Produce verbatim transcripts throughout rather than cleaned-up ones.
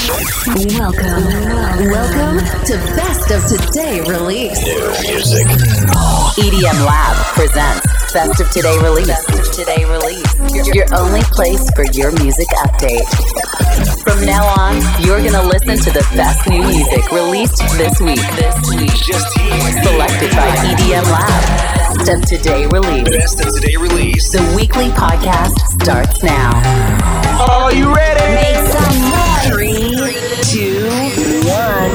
Welcome, welcome to Best of Today Release. New music. E D M Lab presents Best of Today Release. Best of Today Release. Your, your only place for your music update. From now on, you're gonna listen to the best new music released this week. This week, Just here. selected by E D M Lab. Best of Today Release. Best of Today Release. The weekly podcast starts now. Are you ready? Make some noise. Three, two, one.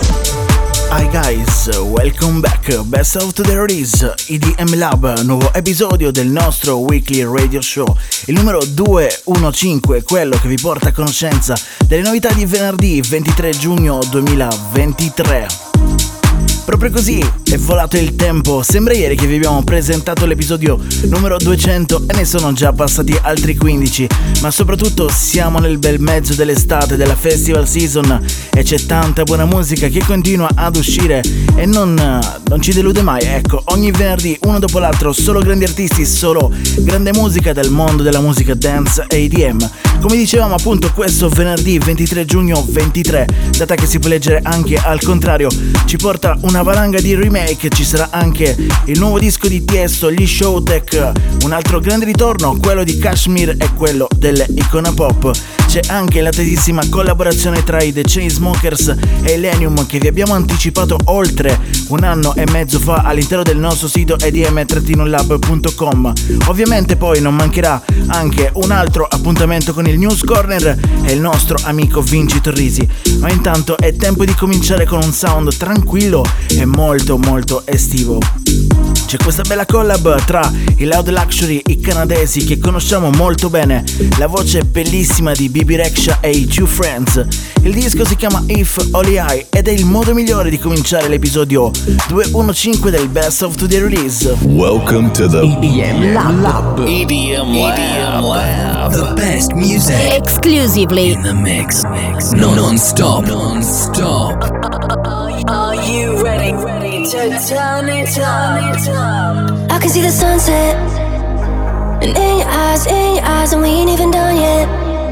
Hi guys, welcome back. Best of Today Release, E D M Lab, nuovo episodio del nostro weekly radio show, il numero duecentoquindici, quello che vi porta a conoscenza delle novità di venerdì ventitré giugno duemilaventitré. Proprio così è volato il tempo, sembra ieri che vi abbiamo presentato l'episodio numero duecento e ne sono già passati altri quindici, ma soprattutto siamo nel bel mezzo dell'estate, della festival season e c'è tanta buona musica che continua ad uscire e non, non ci delude mai. Ecco, ogni venerdì uno dopo l'altro solo grandi artisti, solo grande musica del mondo della musica dance e E D M. Come dicevamo appunto, questo venerdì ventitré giugno ventitré, data che si può leggere anche al contrario, ci porta una valanga di remake. Ci sarà anche il nuovo disco di Tiesto, gli Showtek, un altro grande ritorno, quello di Kashmir e quello delle Icona Pop. C'è anche l'attesissima collaborazione tra i The Chainsmokers e Illenium che vi abbiamo anticipato oltre un anno e mezzo fa all'interno del nostro sito e d m lab punto com. Ovviamente poi non mancherà anche un altro appuntamento con il News Corner e il nostro amico Vinci Torrisi. Ma intanto è tempo di cominciare con un sound tranquillo e molto molto estivo. C'è questa bella collab tra i Loud Luxury, i canadesi che conosciamo molto bene, la voce bellissima di Bibi Rexha e i Two Friends. Il disco si chiama If Only I ed è il modo migliore di cominciare l'episodio duecentoquindici del Best of Today Release. Welcome to the E D M Lab. E D M Lab. E D M Lab. The best music Exclusively in the mix. Non- Non-stop. Non-stop. Are you ready? Ready to turn it up? I can see the sunset, and in your eyes, in your eyes, and we ain't even done yet.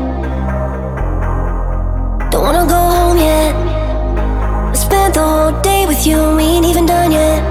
Don't wanna go home yet. I spent the whole day with you, and we ain't even done yet.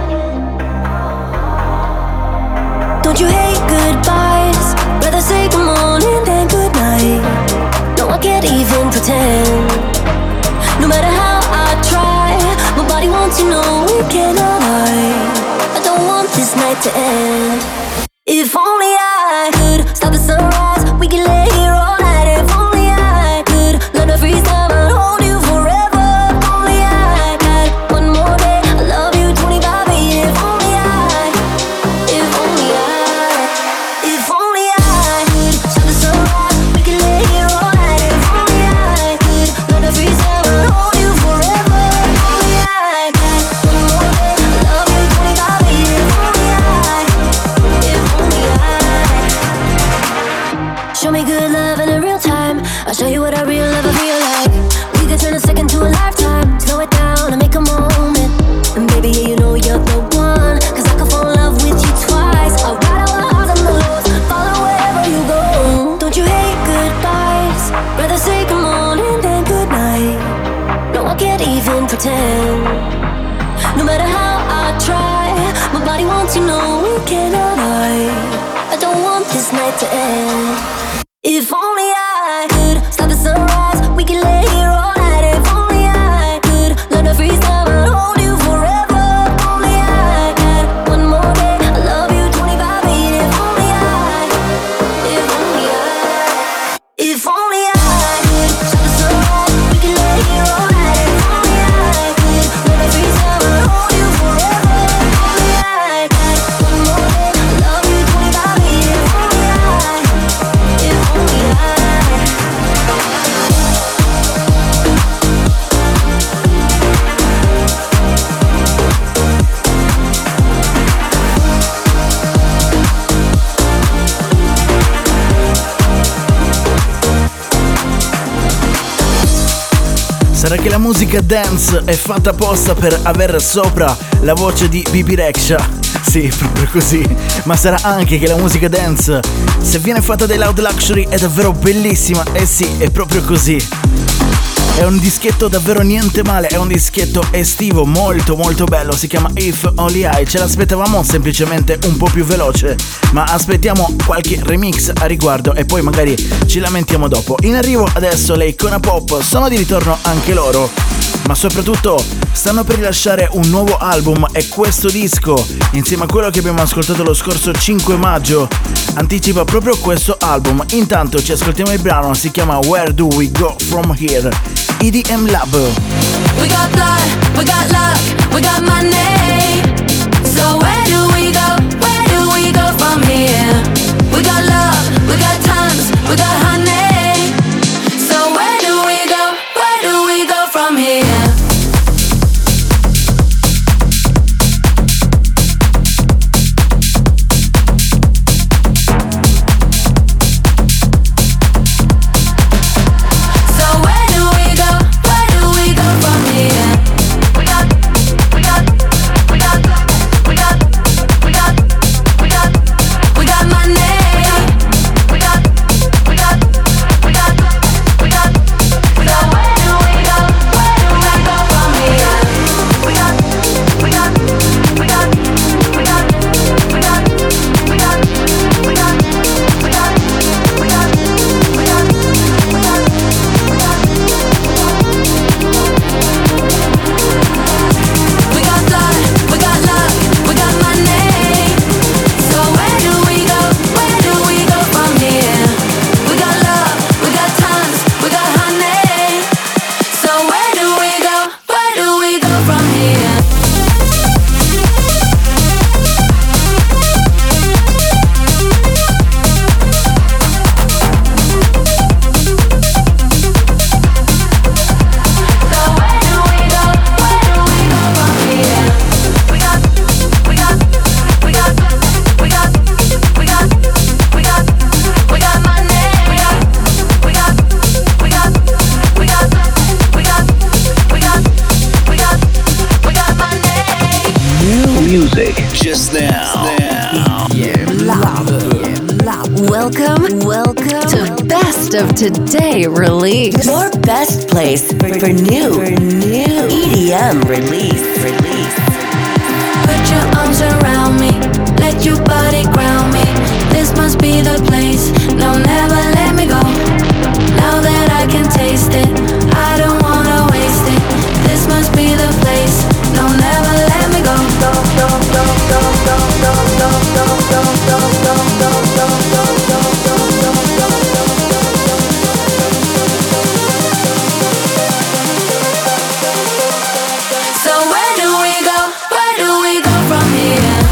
Don't you hate goodbyes? Rather say good morning than good night. No, I can't even pretend. No matter how I try, my body wants to know we cannot hide. I don't want this night to end. If only I could stop the sunrise, we could lay here all night. If only I could learn to freeze time and hold you forever. If only I had one more day, I love you twenty-five years. If only I, if only I, if only I could stop the sunrise, we could lay here all night. If only I could learn to freeze time and hold you forever. If only I had one more day, I love you twenty-five years. If only I, if only I. Show me good love in a real time. I'll show you what a real lover feel like. We could turn a second to a lifetime. Slow it down and make a moment. And baby, yeah, you know you're the one. Cause I could fall in love with you twice. I'll ride all the highs and the lows, follow wherever you go. Don't you hate goodbyes? Rather say good morning than good night. No, I can't even pretend. No matter how I try, my body wants to know we cannot hide. I don't want this night to end. If only I could stop the sunrise, we could lay here all night. If only I could learn to freeze time and hold you forever. If only I had one more day, I love you twenty-five years. If only I, if only I, if only I could stop the sunrise, we could lay here all night. If only I could learn to freeze time and hold you forever. If only I had one more day, I love you twenty-five years. If only I, if only I. Sarà che la musica dance è fatta apposta per aver sopra la voce di Bibi Rexha? Sì, proprio così. Ma sarà anche che la musica dance, se viene fatta dai Loud Luxury, è davvero bellissima. Eh sì, è proprio così. È un dischetto davvero niente male, è un dischetto estivo molto molto bello, si chiama If Only I. Ce l'aspettavamo semplicemente un po' più veloce, ma aspettiamo qualche remix a riguardo e poi magari ci lamentiamo dopo. In arrivo adesso le Icona Pop, sono di ritorno anche loro, ma soprattutto stanno per rilasciare un nuovo album e questo disco, insieme a quello che abbiamo ascoltato lo scorso cinque maggio, anticipa proprio questo album. Intanto ci ascoltiamo il brano, si chiama Where Do We Go From Here, E D M Lab. We got blood, we got luck, we got money. So where do we go? Where do we go from here? We got love, we got tons, we got honey. So where do we go? Where do we go from here? Just now. Welcome, welcome to Best of Today Release. Your best place for, for new, for new E D M release. Release. Put your arms around me, let your body ground me. This must be the place. No, never let me go. Now that I can taste it, I don't wanna waste it. This must be the place. No, never let me go. Go, go, go, go, go, go, go, go, go, go, go, go, go, go, go, go, go, So where do we go? Where do we go from here?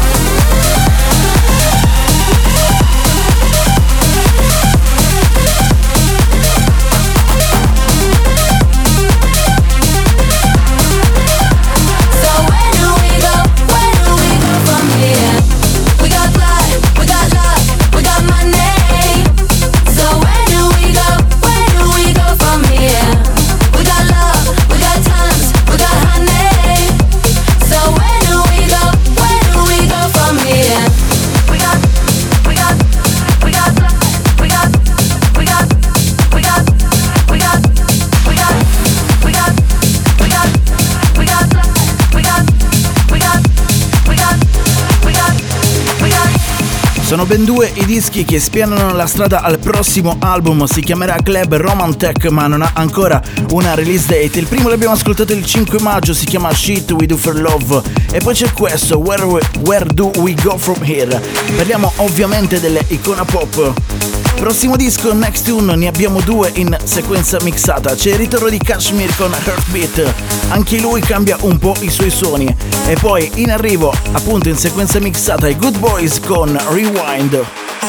Sono ben due i dischi che spianano la strada al prossimo album, si chiamerà Club Romantech ma non ha ancora una release date. Il primo l'abbiamo ascoltato il cinque maggio, si chiama Shit We Do For Love, e poi c'è questo Where, We, Where Do We Go From Here. Parliamo ovviamente delle Icona Pop. Prossimo disco, Next Tune, ne abbiamo due in sequenza mixata. C'è il ritorno di Kashmir con Heartbeat, anche lui cambia un po' i suoi suoni. E poi in arrivo, appunto in sequenza mixata, i Good Boys con Rewind.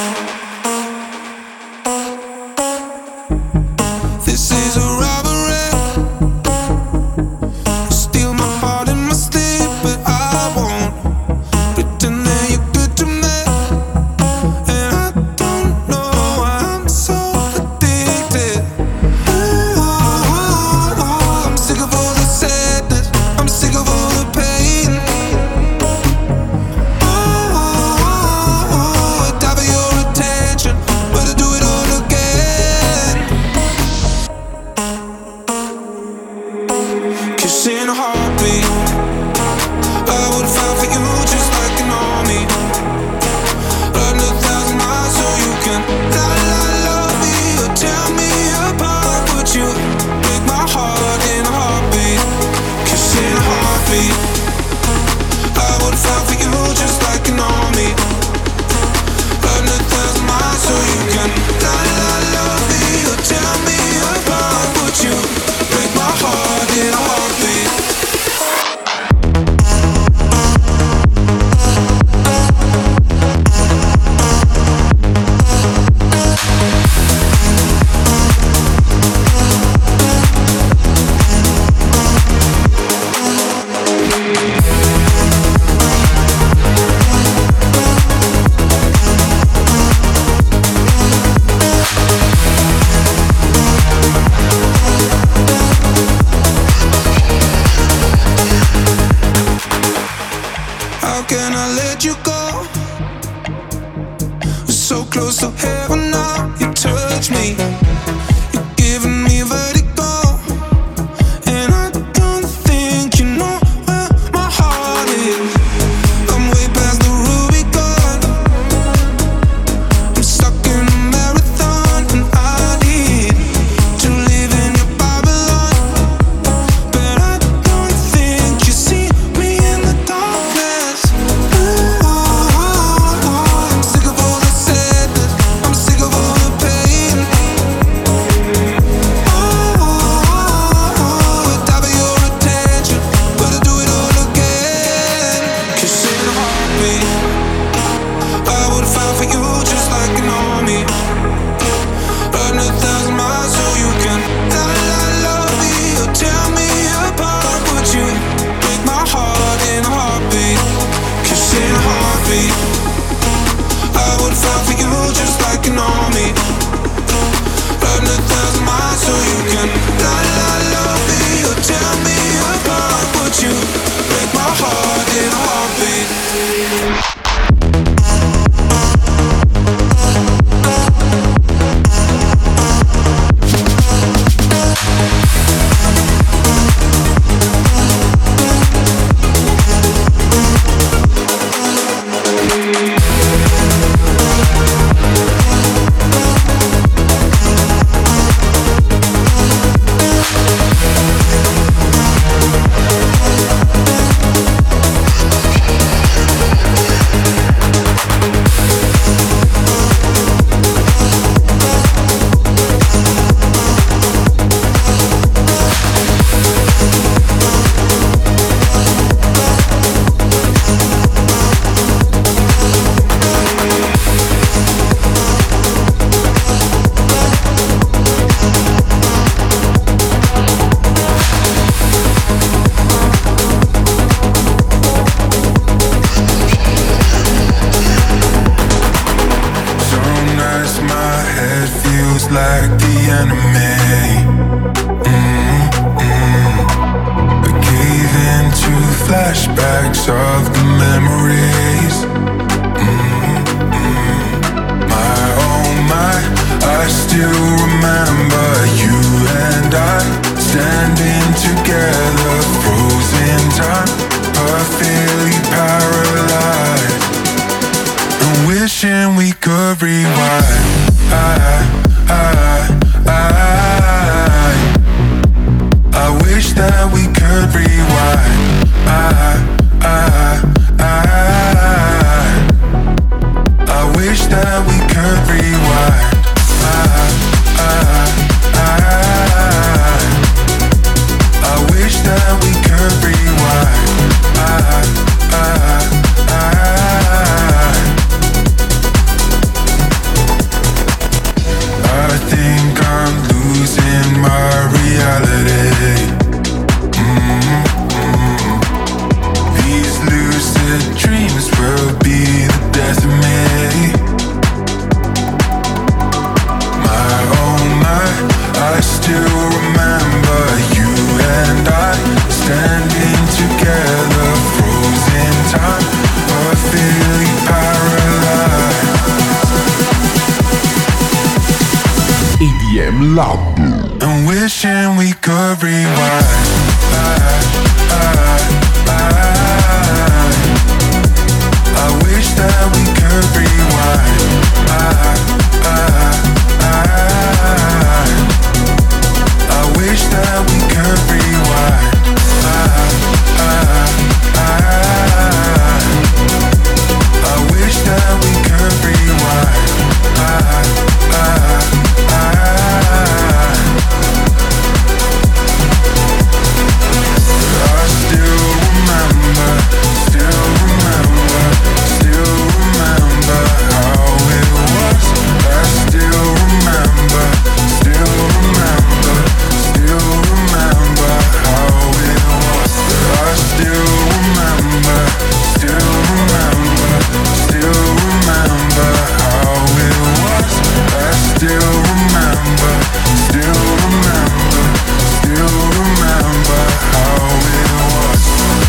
This is a robbery. Steal my heart in my sleep, but I won't pretend that you're good to me. And I don't know why I'm so addicted. Ooh, I'm sick of all the sadness, I'm sick of all the pain. Ooh, die for your 'cause in a heartbeat I would fight for you just like an army. Run a thousand miles so you can la la love me or tear me apart. Would you break my heart in a heartbeat? 'Cause in a heartbeat I would fight for you just like an army. Run a thousand miles so you can la la love me or tear me apart. Would you break my heart in a heartbeat? How can I let you go? So close to heaven now, you touch me. You're giving me vertigo, and I don't think you know where my heart is. I'm way past the Rubicon. I'm stuck in a marathon, and I need to live in your Babylon. But I don't think you see me in the darkness. I'm sick of all the sadness, I'm sick of all the pain. Oh, die for your attention, but I do it all again. 'Cause in a heartbeat I would fight for you just like an army. Run a thousand miles so you can la la love me or tear me apart. Would you break my heart in a heartbeat? 'Cause in a heartbeat I would fight for you just like an army. Run a thousand miles so you can la la love me or tear me apart. Would you break my heart in a heartbeat? Some nights my head feels like the enemy. Mm-mm. I gave into flashbacks of the memories. Mm-mm. My oh my, I still remember you and I standing together, frozen time, perfectly paralyzed. And wishing we could rewind. I, I, I, I wish that we could rewind. I, I, I, I wish that we could rewind. I, I, I, I wish that we could rewind. I, I, I, I think I'm losing my reality. Mm-hmm. These lucid dreams will be the death of me. My oh my, I still remember you and I standing together, frozen time, perfectly paralyzed. E D M Lab. And wishing we could rewind. I wish that we could rewind. I, I, I, I wish that we could rewind. I, I, I, I wish that we could rewind. I, I, I, I still remember, still remember, still remember how it was. I still remember, still remember, still remember how it was. I still remember, still remember, still remember how it was. I still remember, still remember, still remember how it was.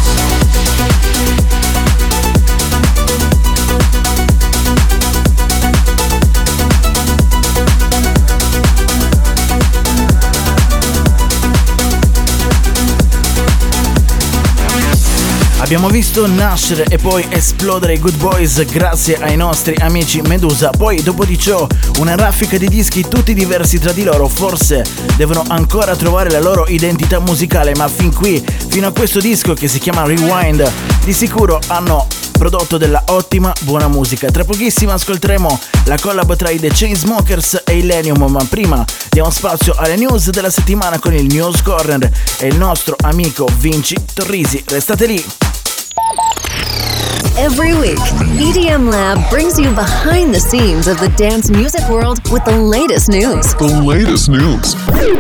Abbiamo visto nascere e poi esplodere i Good Boys grazie ai nostri amici Medusa. Poi dopo di ciò una raffica di dischi tutti diversi tra di loro. Forse devono ancora trovare la loro identità musicale, ma fin qui, fino a questo disco che si chiama Rewind, di sicuro hanno prodotto della ottima buona musica. Tra pochissimo ascolteremo la collab tra i The Chainsmokers e Illenium, ma prima diamo spazio alle news della settimana con il News Corner e il nostro amico Vinci Torrisi. Restate lì. Every week, E D M Lab brings you behind the scenes of the dance music world with the latest news. The latest news.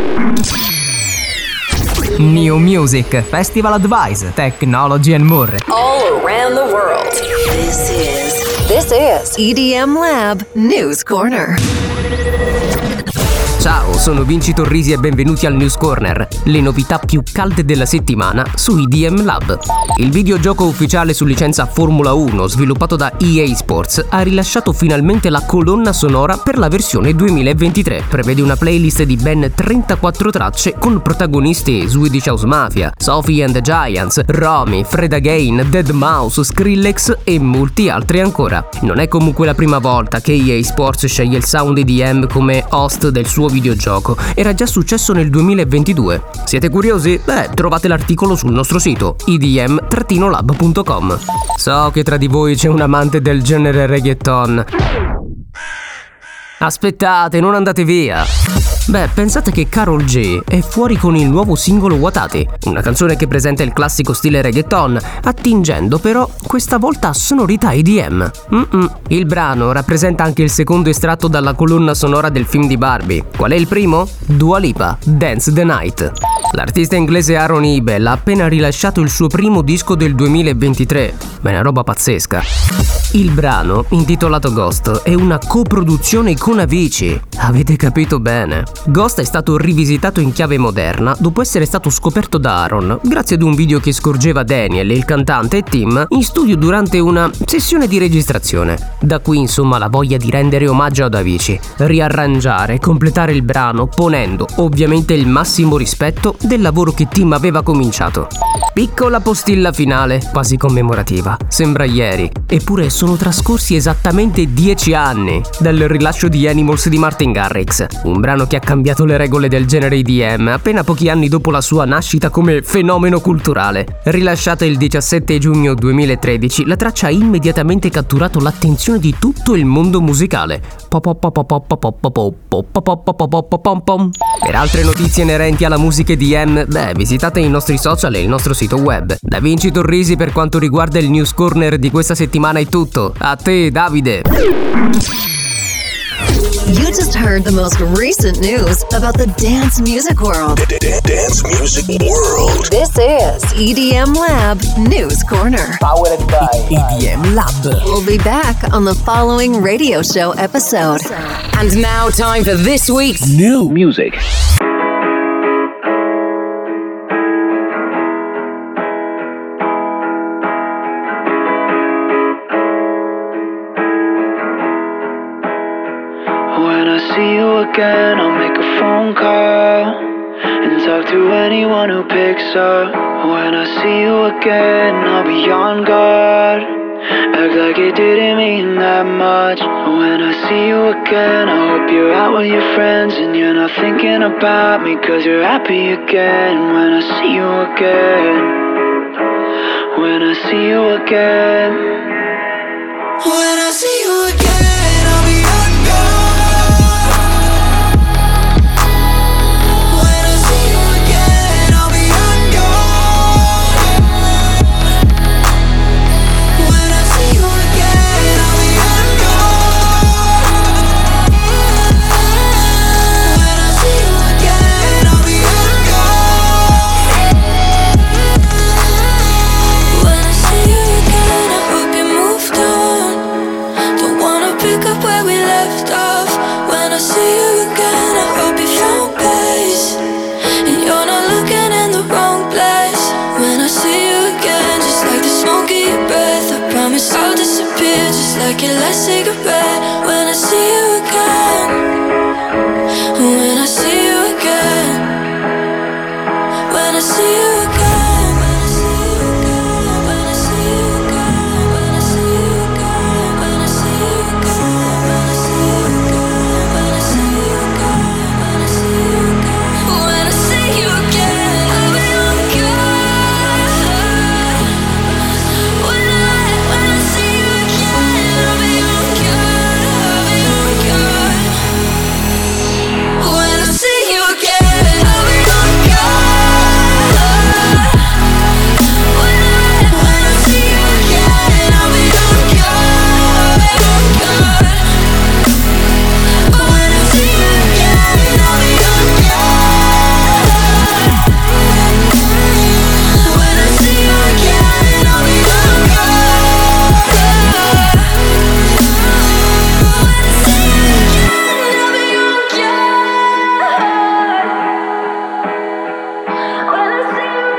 New Music, Festival Advice, Technology and more. All around the world. This is This is E D M Lab News Corner. Ciao, sono Vinci Torrisi e benvenuti al News Corner, le novità più calde della settimana su E D M Lab. Il videogioco ufficiale su licenza Formula uno, sviluppato da E A Sports, ha rilasciato finalmente la colonna sonora per la versione duemilaventitré. Prevede una playlist di ben trentaquattro tracce con protagonisti Swedish House Mafia, Sophie and the Giants, Romy, Fred Again, deadmau five, Skrillex e molti altri ancora. Non è comunque la prima volta che E A Sports sceglie il sound E D M come host del suo videogioco. Era già successo nel duemilaventidue. Siete curiosi? Beh, trovate l'articolo sul nostro sito e d m lab punto com. So che tra di voi c'è un amante del genere reggaeton. Aspettate, non andate via! Beh, pensate che Karol G è fuori con il nuovo singolo Watati, una canzone che presenta il classico stile reggaeton, attingendo però questa volta a sonorità E D M. Mm-mm. Il brano rappresenta anche il secondo estratto dalla colonna sonora del film di Barbie. Qual è il primo? Dua Lipa, Dance the Night. L'artista inglese Aaron Ebel ha appena rilasciato il suo primo disco del duemilaventitré. Beh, una roba pazzesca. Il brano, intitolato Ghost, è una coproduzione con Avicii. Avete capito bene. Ghost è stato rivisitato in chiave moderna dopo essere stato scoperto da Aaron grazie ad un video che scorgeva Daniel, il cantante, e Tim in studio durante una sessione di registrazione. Da qui insomma la voglia di rendere omaggio ad Avicii, riarrangiare e completare il brano ponendo ovviamente il massimo rispetto del lavoro che Tim aveva cominciato. Piccola postilla finale, quasi commemorativa. Sembra ieri, eppure sono trascorsi esattamente dieci anni dal rilascio di Animals di Martin Garrix, un brano che ha cambiato le regole del genere E D M appena pochi anni dopo la sua nascita come fenomeno culturale. Rilasciata il diciassette giugno duemilatredici, la traccia ha immediatamente catturato l'attenzione di tutto il mondo musicale. Per altre notizie inerenti alla musica E D M, beh, visitate i nostri social e il nostro sito web. Da Vinci Torrisi per quanto riguarda il News Corner di questa settimana è tutto. A te, Davide! You just heard the most recent news about the dance music world. Dance music world. This is E D M Lab News Corner. Powered by E D M Lab. We'll be back on the following radio show episode. And now time for this week's new music. When I see you again, I'll make a phone call and talk to anyone who picks up. When I see you again, I'll be on guard. Act like it didn't mean that much. When I see you again, I hope you're out with your friends and you're not thinking about me, cause you're happy again. When I see you again, when I see you again, when I see you again, I'll be on guard. When I see you again, I'll be on guard. When I see you again, I'll be on guard. When I see you again, I'll be on guard. When I see you again, I hope you moved on. Don't wanna pick up where we left off. When I see you again, I hope you found peace and you're not looking in the wrong place. When I see you again, just like the smoke in your breath, I promise I'll disappear, just like your last cigarette. When I see you again, when I see you again, when I see you again, when I see you again, when I see you again, when I see you again, when I see you again, when I see you again, when I see you again, when I see you again, when I see you again, I'll be on guard. When I, when I see you again, I'll be on guard, I'll be on guard. When I see you again, I'll be on guard. When I, when I see you again, I'll be on guard, I'll be on guard. When I see you again, I'll be on guard. When I see you again, I'll be on guard. When I see you again, I'll be on guard. When I see you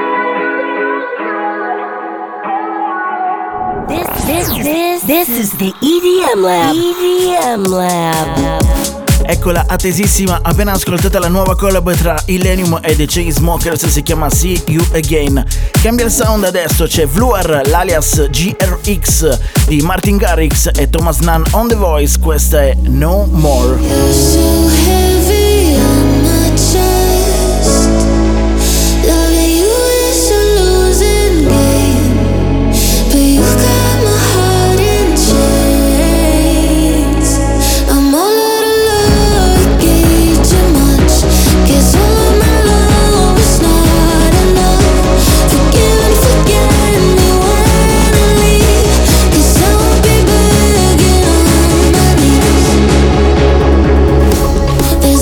again, This, this, this, this is the E D M Lab. E D M Lab. Ecco la attesissima, appena ascoltata la nuova collab tra Illenium e The Chainsmokers, si chiama See You Again. Cambia il sound adesso, c'è Vluar, l'alias G R X di Martin Garrix e Thomas Nunn on The Voice, questa è No More. You're so heavy on my chest. Loving you is a losing game, but you got my heart in chains. I'm all out of love, you gave too much. Guess all of my love is not enough. Forgive and forget me when I leave, 'cause I won't be begging on my knees. There's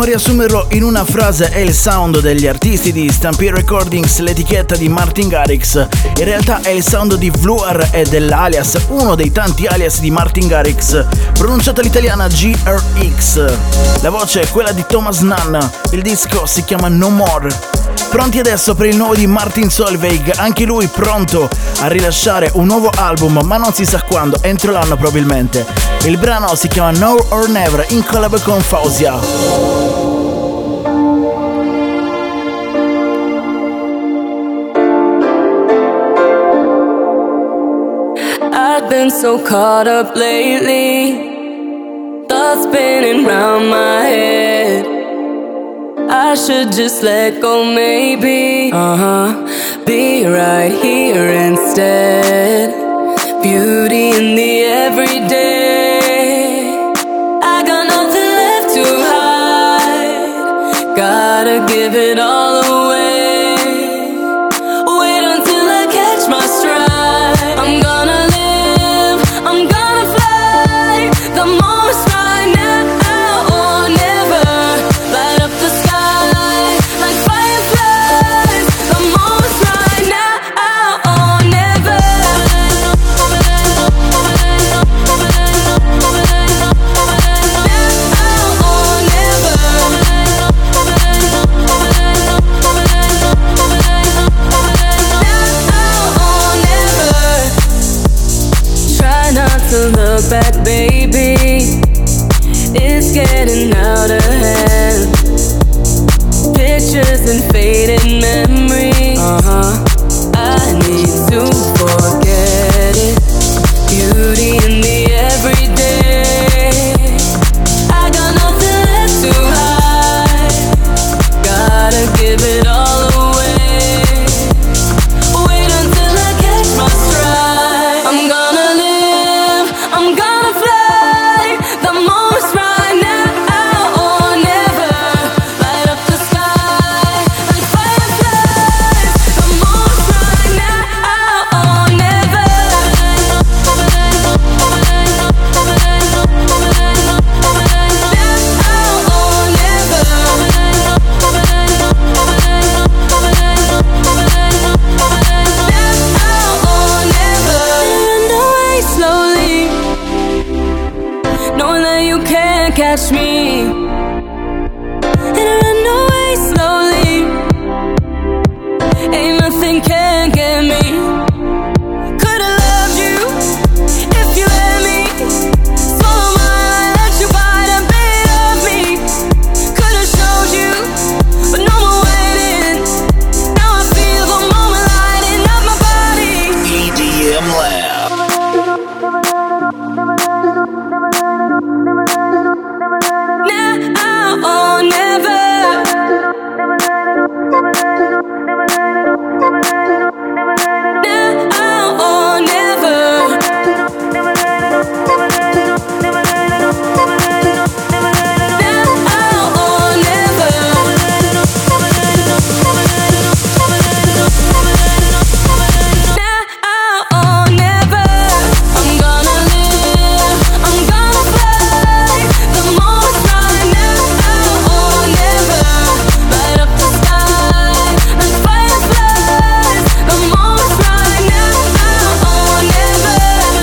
riassumerlo in una frase, è il sound degli artisti di Stampede Recordings, l'etichetta di Martin Garrix. In realtà è il sound di Vluar e dell'alias, uno dei tanti alias di Martin Garrix, pronunciato all'italiana G R X. La voce è quella di Thomas Nunn, il disco si chiama No More. Pronti adesso per il nuovo di Martin Solveig, anche lui pronto a rilasciare un nuovo album, ma non si sa quando, entro l'anno probabilmente. Il brano si chiama Now or Never in collab con Fausia. I've been so caught up lately, thoughts spinning round my head. I should just let go, maybe. Uh-huh. Be right here instead. Beauty in the everyday. I got nothing left to hide. Gotta give it all away. Wait until I catch my stride. I'm gonna live, I'm gonna fly. The moment's right now or never. Light up the sky like fireflies. The moment's right now or never. Try not to look back, baby. It's getting out of hand. Pictures and faded memories. Uh-huh. I need to forget it. Beauty in the everyday. I got nothing left to hide. Gotta give it all away. Wait until I catch my stride. I'm gonna live, I'm gonna fly. The moment's right now or never. Light up the sky like fireflies. The moment's right now or never. And away slowly, knowing that you can't catch me. And I run away slowly, ain't nothing can get me. Could've loved you if you let me. Swallow my let you bite a bit of me. Could've showed you, but no more waiting. Now I feel the moment lighting up my body. E D M Lab. Now or never. Now or never. Now or never. Now or never. I'm gonna live, I'm gonna fly. The moment's right now or never. Light up the sky like fireflies. The moment's right now or never.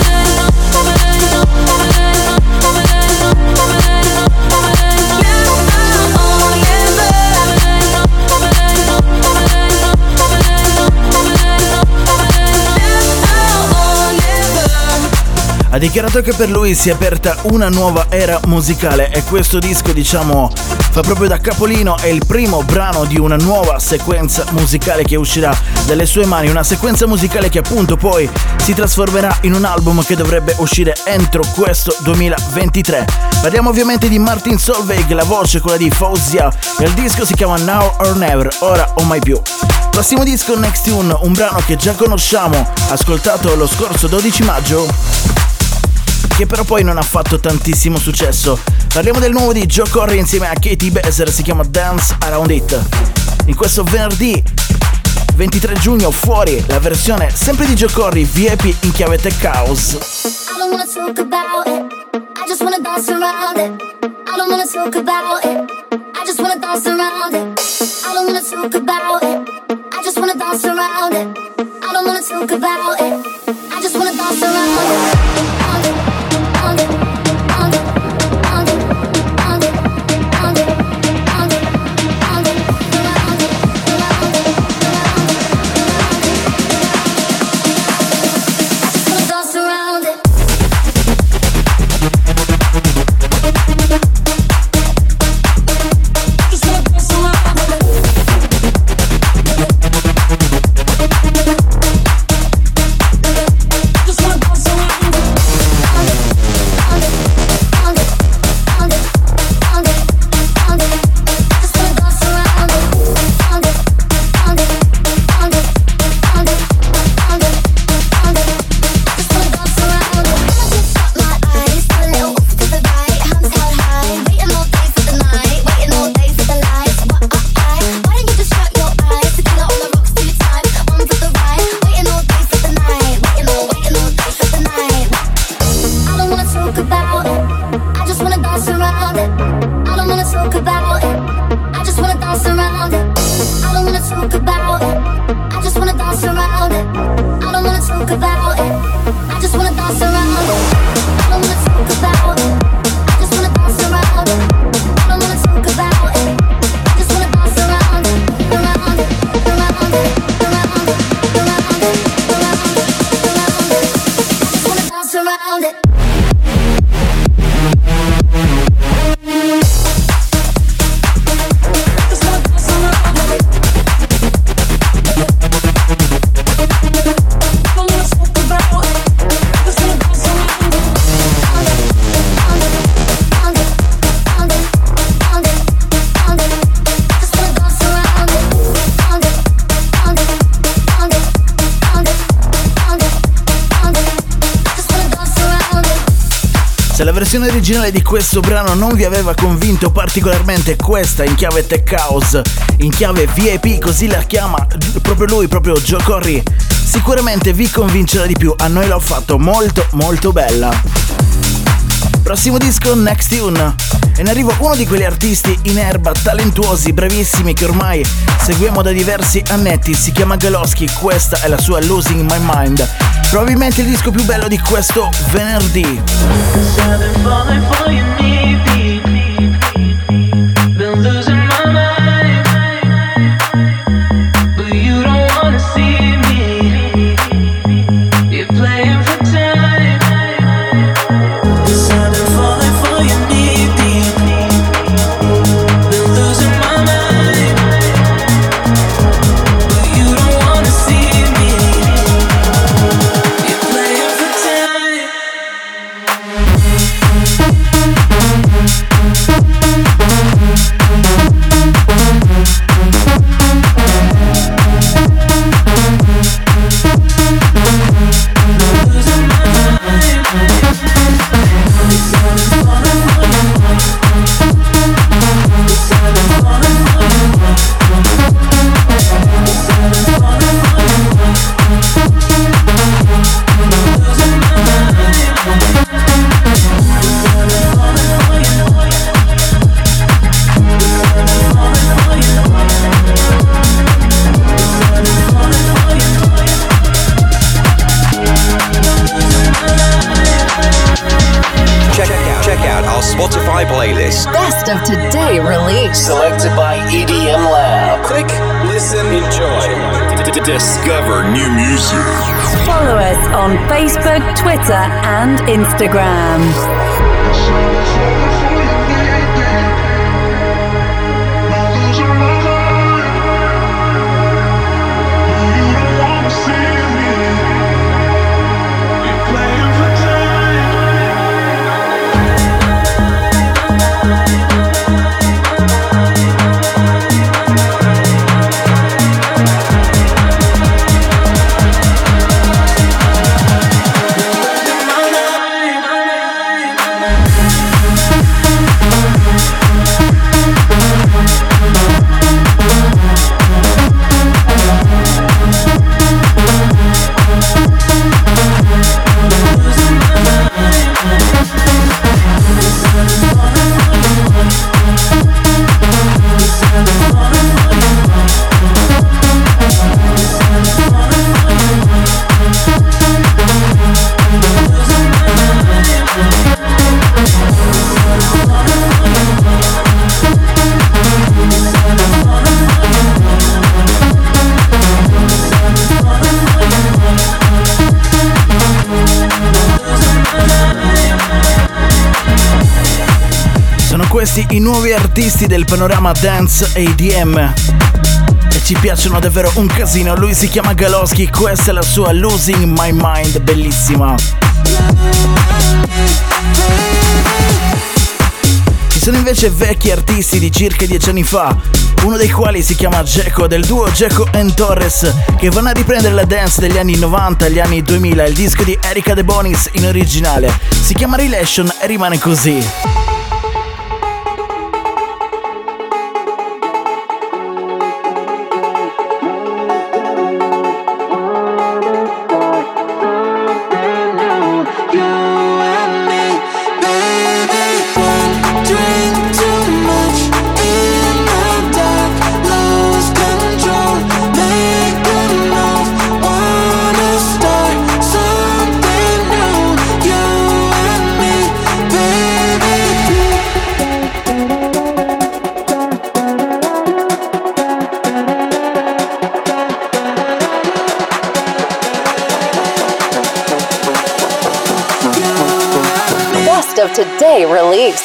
Ha dichiarato che per lui si è aperta una nuova era musicale e questo disco, diciamo, fa proprio da capolino, è il primo brano di una nuova sequenza musicale che uscirà dalle sue mani, una sequenza musicale che appunto poi si trasformerà in un album che dovrebbe uscire entro questo duemilaventitré. Parliamo ovviamente di Martin Solveig, la voce quella di Fausia, e il disco si chiama Now or Never, ora o mai più. Prossimo disco, Next Tune, un brano che già conosciamo, ascoltato lo scorso dodici maggio, che però poi non ha fatto tantissimo successo. Parliamo del nuovo di Joe Corry insieme a Katie Bezer, si chiama Dance Around It. In questo venerdì ventitré giugno fuori la versione sempre di Joe Corry V I P in chiave Tech House. I don't wanna talk about it, I just wanna dance around it. I don't wanna talk about it. I just wanna dance around it. I don't wanna talk about it. I just wanna dance around it. I don't wanna talk about it. I just wanna dance around it. Around it, around it, around it, around it, around it, around it, around it, around it, around it, around it, around it, I just wanna dance around it. Se la versione originale di questo brano non vi aveva convinto particolarmente, questa in chiave tech house, in chiave V I P, così la chiama proprio lui, proprio Joe Corry, sicuramente vi convincerà di più. A noi l'ho fatto molto molto bella. Prossimo disco, Next Tune, e ne arriva uno di quegli artisti in erba, talentuosi, bravissimi, che ormai seguiamo da diversi annetti. Si chiama Galoschi, questa è la sua Losing My Mind, probabilmente il disco più bello di questo venerdì. Playlist. Best of today release. Selected by E D M Lab. Click, listen, enjoy. D- discover new music. Follow us on Facebook, Twitter, and Instagram. questi i nuovi artisti del panorama dance e E D M e ci piacciono davvero un casino. Lui si chiama Galoschi, questa è la sua Losing My Mind, bellissima. Ci sono invece vecchi artisti di circa dieci anni fa, uno dei quali si chiama Geco, del duo Geco and Torres, che vanno a riprendere la dance degli anni novanta agli anni duemila. Il disco di Erika De Bonis in originale si chiama Relation e rimane così. Of today release.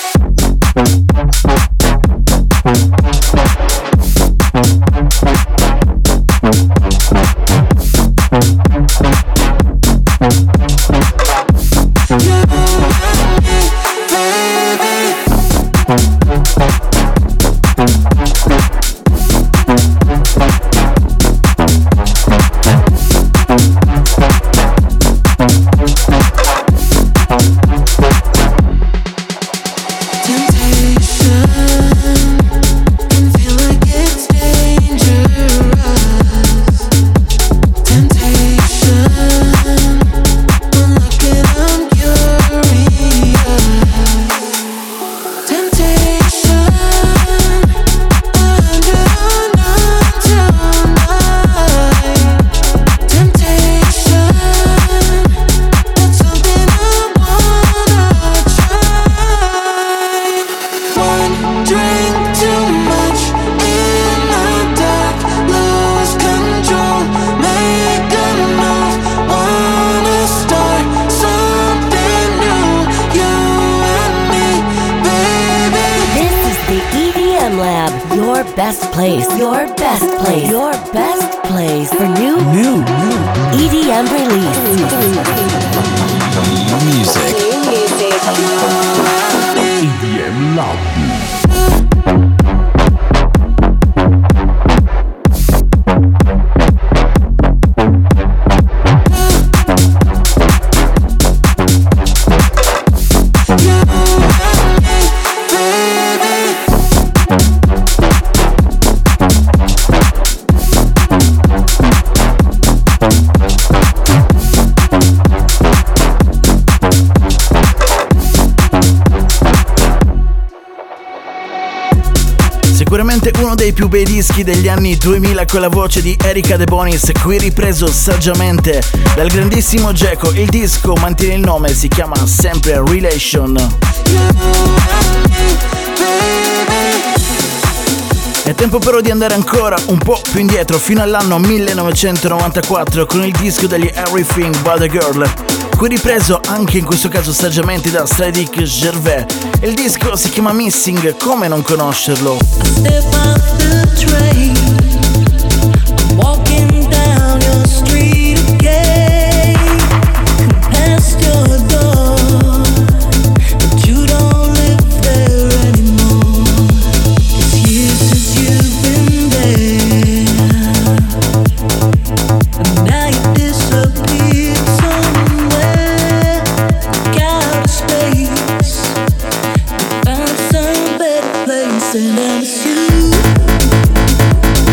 Best place, your best place, your best place for new, new, new E D M release. Music. E D M Lab. Sicuramente uno dei più bei dischi degli anni duemila con la voce di Erika De Bonis, qui ripreso saggiamente dal grandissimo Geco. Il disco mantiene il nome, si chiama sempre Relation. È tempo però di andare ancora un po' più indietro, fino all'anno millenovecentonovantaquattro, con il disco degli Everything But A Girl, qui ripreso anche in questo caso saggiamente da Cédric Gervais. Il disco si chiama Missing, come non conoscerlo? And it's you.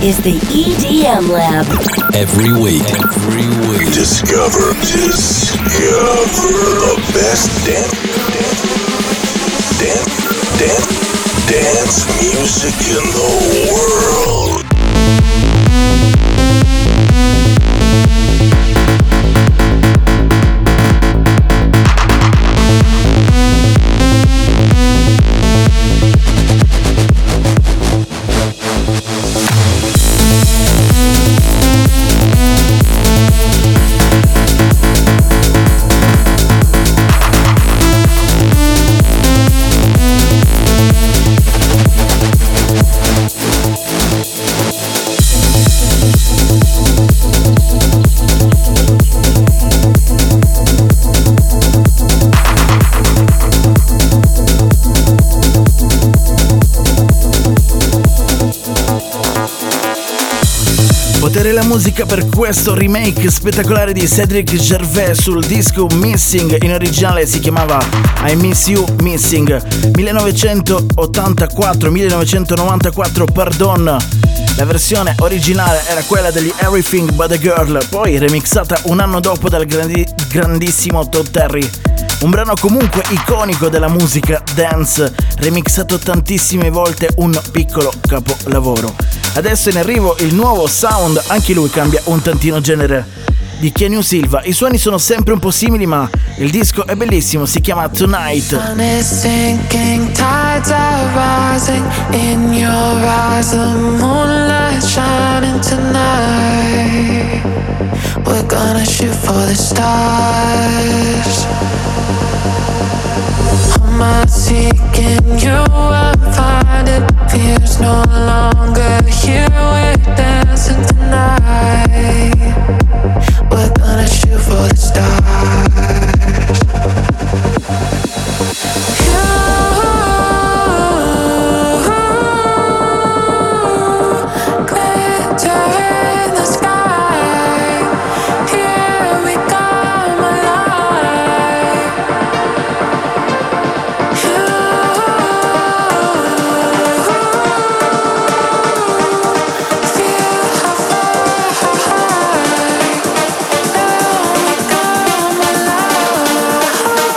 is the E D M Lab. Every week, every week. Discover, discover the best dance, dance, dance, dance music in the world. La musica per questo remake spettacolare di Cedric Gervais sul disco Missing, in originale si chiamava I Miss You Missing, millenovecentottantaquattro millenovecentonovantaquattro, pardon. La versione originale era quella degli Everything But a Girl, poi remixata un anno dopo dal grandi- grandissimo Todd Terry. Un brano comunque iconico della musica dance, remixato tantissime volte, un piccolo capolavoro. Adesso è in arrivo il nuovo sound, anche lui cambia un tantino genere, di Keanu Silva. I suoni sono sempre un po' simili, ma il disco è bellissimo, si chiama Tonight. Sun is sinking, tides are rising in your eyes, the moonlight shining tonight. We're gonna shoot for the stars. I'm seeking you, I'll find it. Fear's no longer here, we're dancing tonight. We're gonna shoot for the stars. You, glitter in the sky. Here we come alive. You, feel how far, how high. Now we come alive.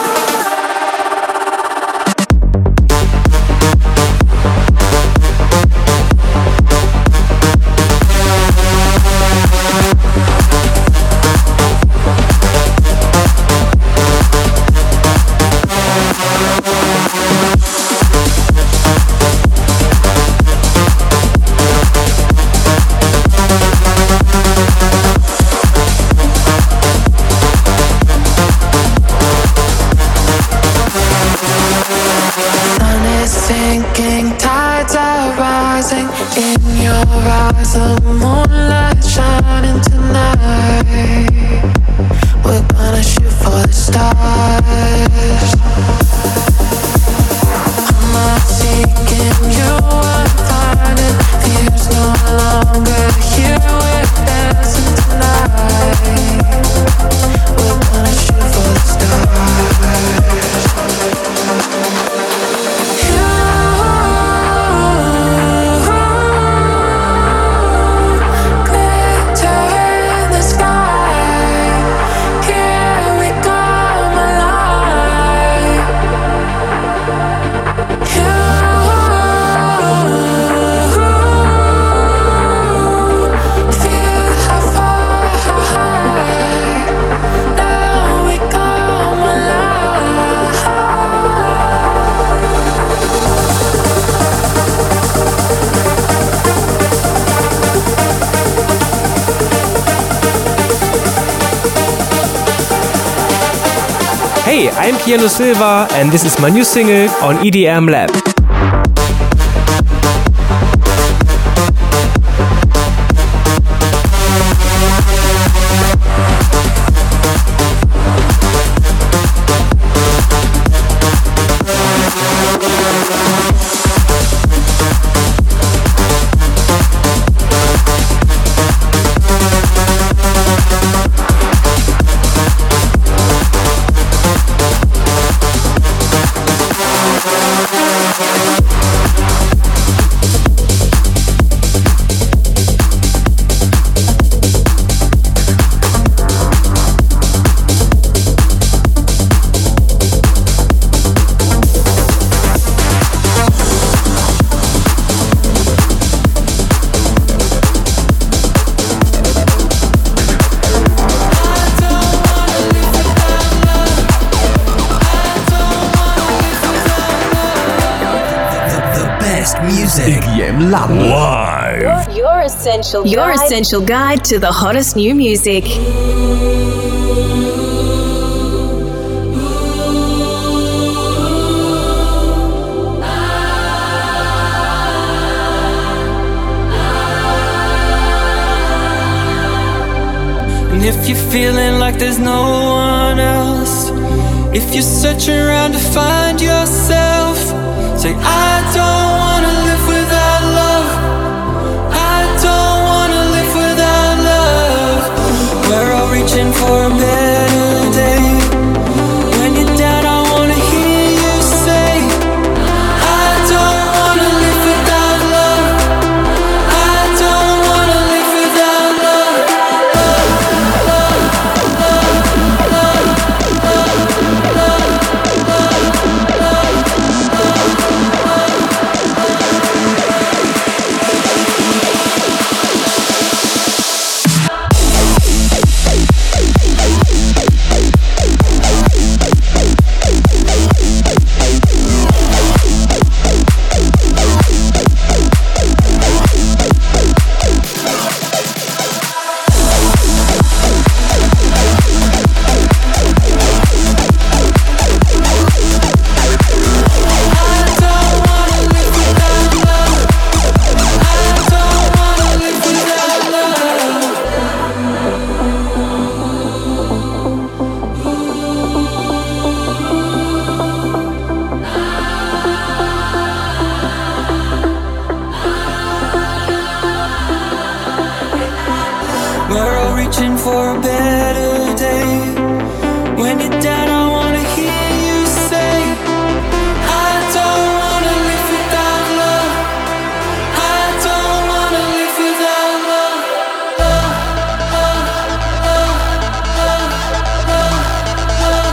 Sun is sinking, tides are rising in your eyes, the moonlight shining tonight. We're gonna shoot for the stars. I'm not seeking you, I'm finding fears no longer here. We're dancing tonight. We're gonna shoot for the stars. Hey, I'm Keanu Silva and this is my new single on E D M Lab. Music E D M Lab Live. Your, your essential Your guide. essential guide to the hottest new music. And if you're feeling like there's no one else, if you're searching around to find yourself, say I don't wanna live without love. I don't wanna live without love. We're all reaching for a better day. When you're down, I wanna hear you say I don't wanna live without love. I don't wanna live without love. We're all reaching for a better day. When you're down, I wanna hear you say I don't wanna live without love. I don't wanna live without love. Love, love, love, love, love, love,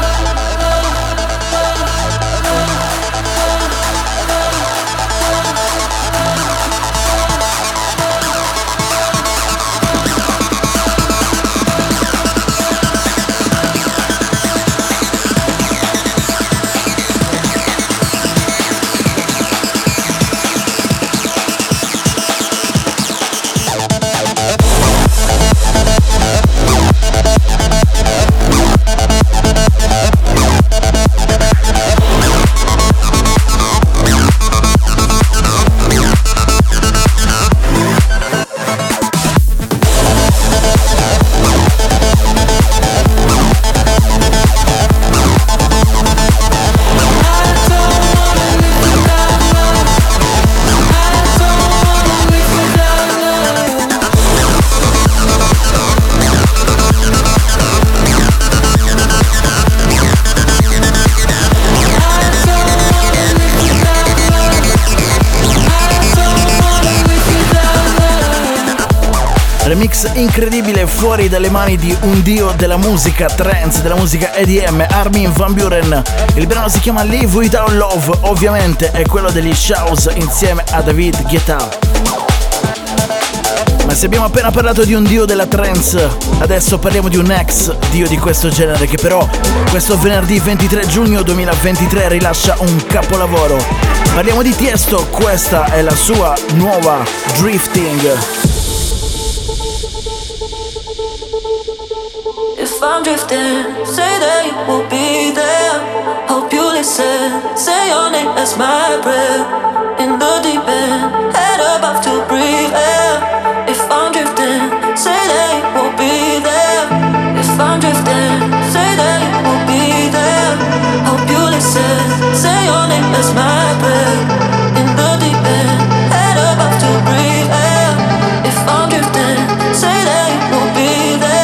Remix incredibile fuori dalle mani di un dio della musica trance, della musica E D M, Armin van Buuren. Il brano si chiama Live Without Love, ovviamente è quello degli Shouse insieme a David Guetta. Ma se abbiamo appena parlato di un dio della trance, adesso parliamo di un ex dio di questo genere che però questo venerdì ventitré giugno duemilaventitré rilascia un capolavoro. Parliamo di Tiesto, questa è la sua nuova Drifting. If I'm drifting, say that you will be there. Hope you listen, say your name as my breath. In the deep end, head above to breathe air. If I'm drifting, say that you will be there. If I'm drifting, say that you will be there. Hope you listen, say your name as my breath. In the deep end, head above to breathe air. If I'm drifting, say that you will be there.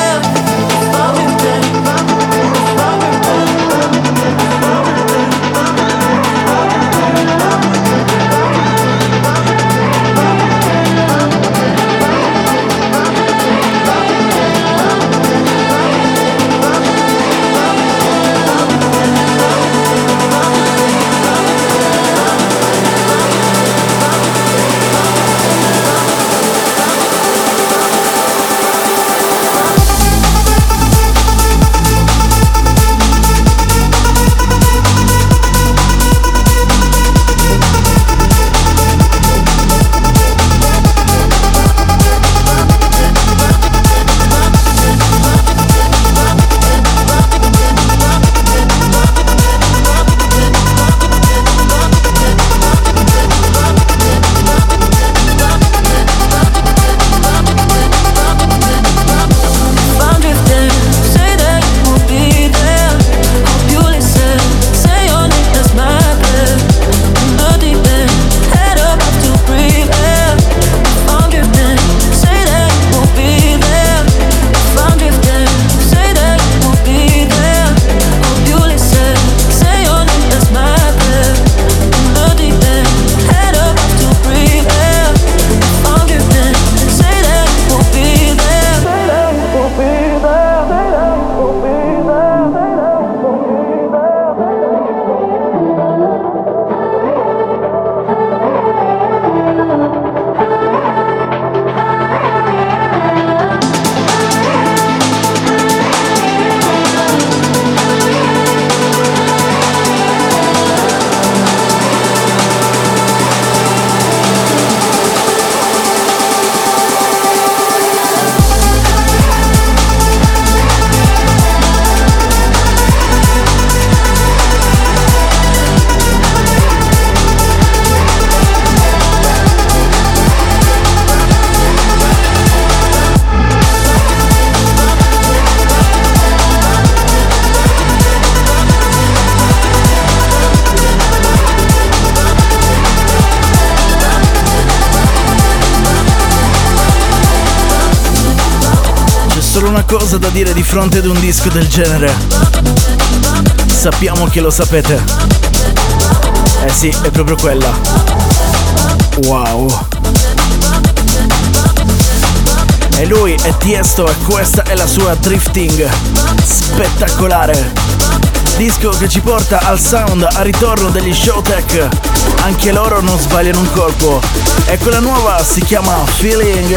solo una cosa da dire di fronte ad un disco del genere. Sappiamo che lo sapete. Eh sì, è proprio quella. Wow. E lui è Tiesto e questa è la sua Drifting. Spettacolare. Disco che ci porta al sound a ritorno degli Showtek. Anche loro non sbagliano un colpo. E quella nuova si chiama Feeling.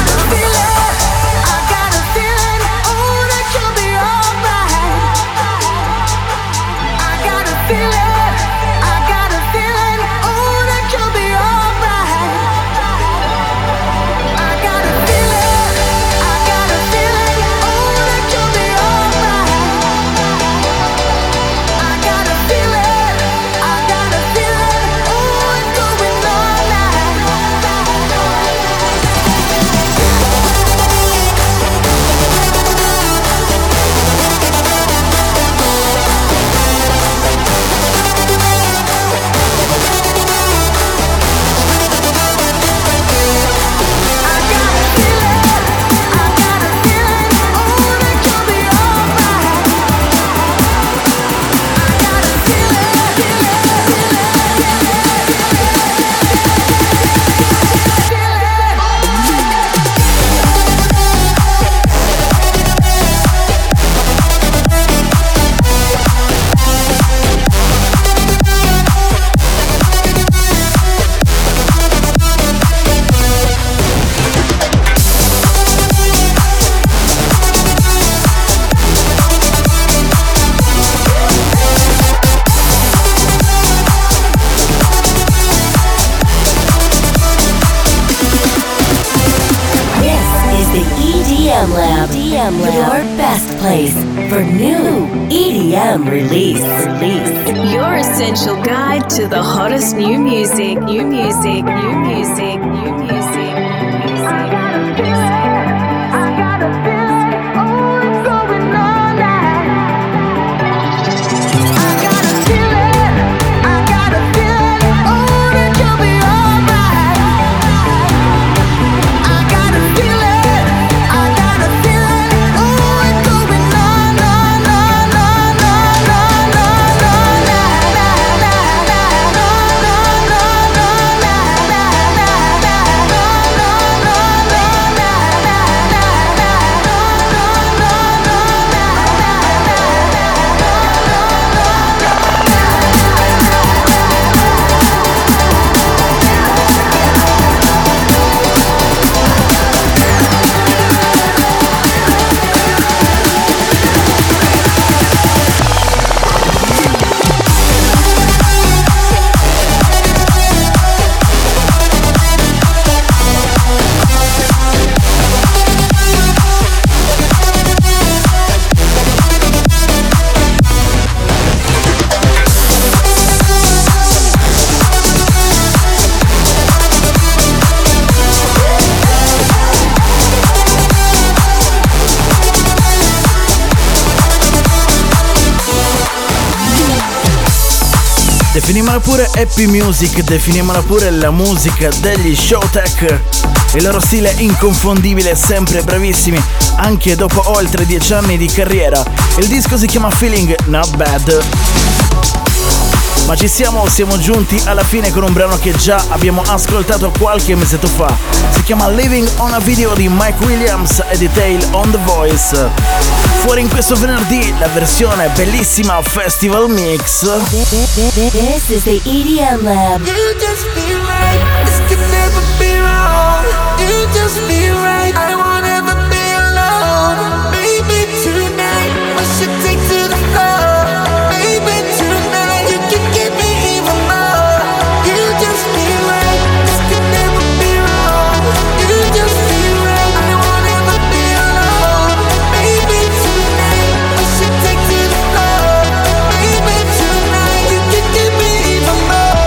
Your best place for new E D M release. Release. Your essential guide to the hottest new music, new music, new music, new music, new music. Definiamola pure happy music, definiamola pure la musica degli Showtek. Il loro stile inconfondibile, sempre bravissimi, anche dopo oltre dieci anni di carriera. Il disco si chiama Feeling, Not Bad. Ma ci siamo, siamo giunti alla fine con un brano che già abbiamo ascoltato qualche mesetto fa. Si chiama Living on a Video di Mike Williams e Detail on the Voice. Fuori in questo venerdì la versione bellissima Festival Mix. This is the E D M Lab. You just be right, this could never be wrong. You just be right, I won't ever be alone. Maybe tonight we should take to the floor. Maybe tonight you can give me even more. You just be right, this could never be wrong. You just be right, I won't ever be alone. Maybe tonight we should take to the floor. Maybe tonight you can give me even more.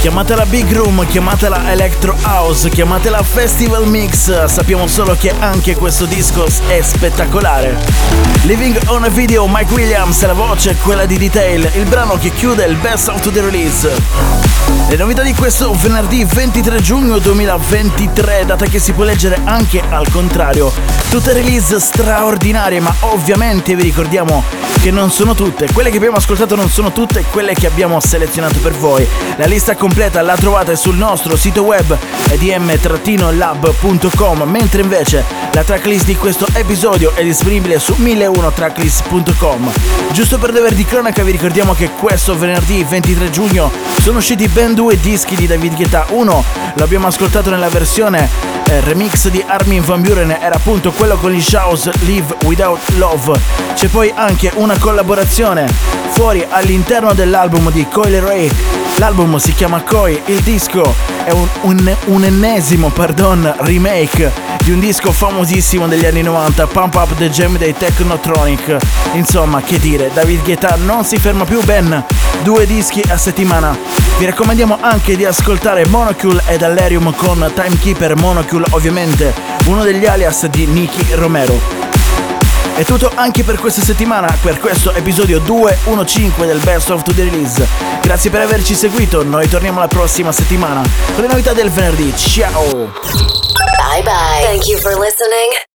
Chiamatela Big Room, chiamatela Electro House, chiamatela Festival Mix, sappiamo solo che anche questo disco è spettacolare. Living on a Video, Mike Williams, la voce, quella di Detail, il brano che chiude il Best of the Release. Le novità di questo venerdì ventitré giugno duemilaventitré, data che si può leggere anche al contrario. Tutte release straordinarie, ma ovviamente vi ricordiamo che non sono tutte. Quelle che abbiamo ascoltato non sono tutte quelle che abbiamo selezionato per voi. La lista completa la trovate sul nostro sito web d m lab punto com, mentre invece la tracklist di questo episodio è disponibile su mille uno tracklist punto com. Giusto per dever di cronaca vi ricordiamo che questo venerdì ventitré giugno sono usciti ben due dischi di David Guetta. Uno l'abbiamo ascoltato nella versione eh, remix di Armin van Buuren, era appunto quello con gli Shows Live Without Love. C'è poi anche una collaborazione fuori all'interno dell'album di Coi Leray. L'album si chiama Coi, il disco è un, un, un ennesimo pardon, remake di un disco famosissimo degli anni novanta, Pump Up the Jam dei Technotronic. Insomma, che dire, David Guetta non si ferma più, ben due dischi a settimana. Vi raccomandiamo anche di ascoltare Monocule ed Allerium con Timekeeper. Monocule ovviamente uno degli alias di Nicky Romero. È tutto anche per questa settimana, per questo episodio duecentoquindici del Best of the Release. Grazie per averci seguito, noi torniamo la prossima settimana con le novità del venerdì. Ciao! Bye bye. Thank you for listening.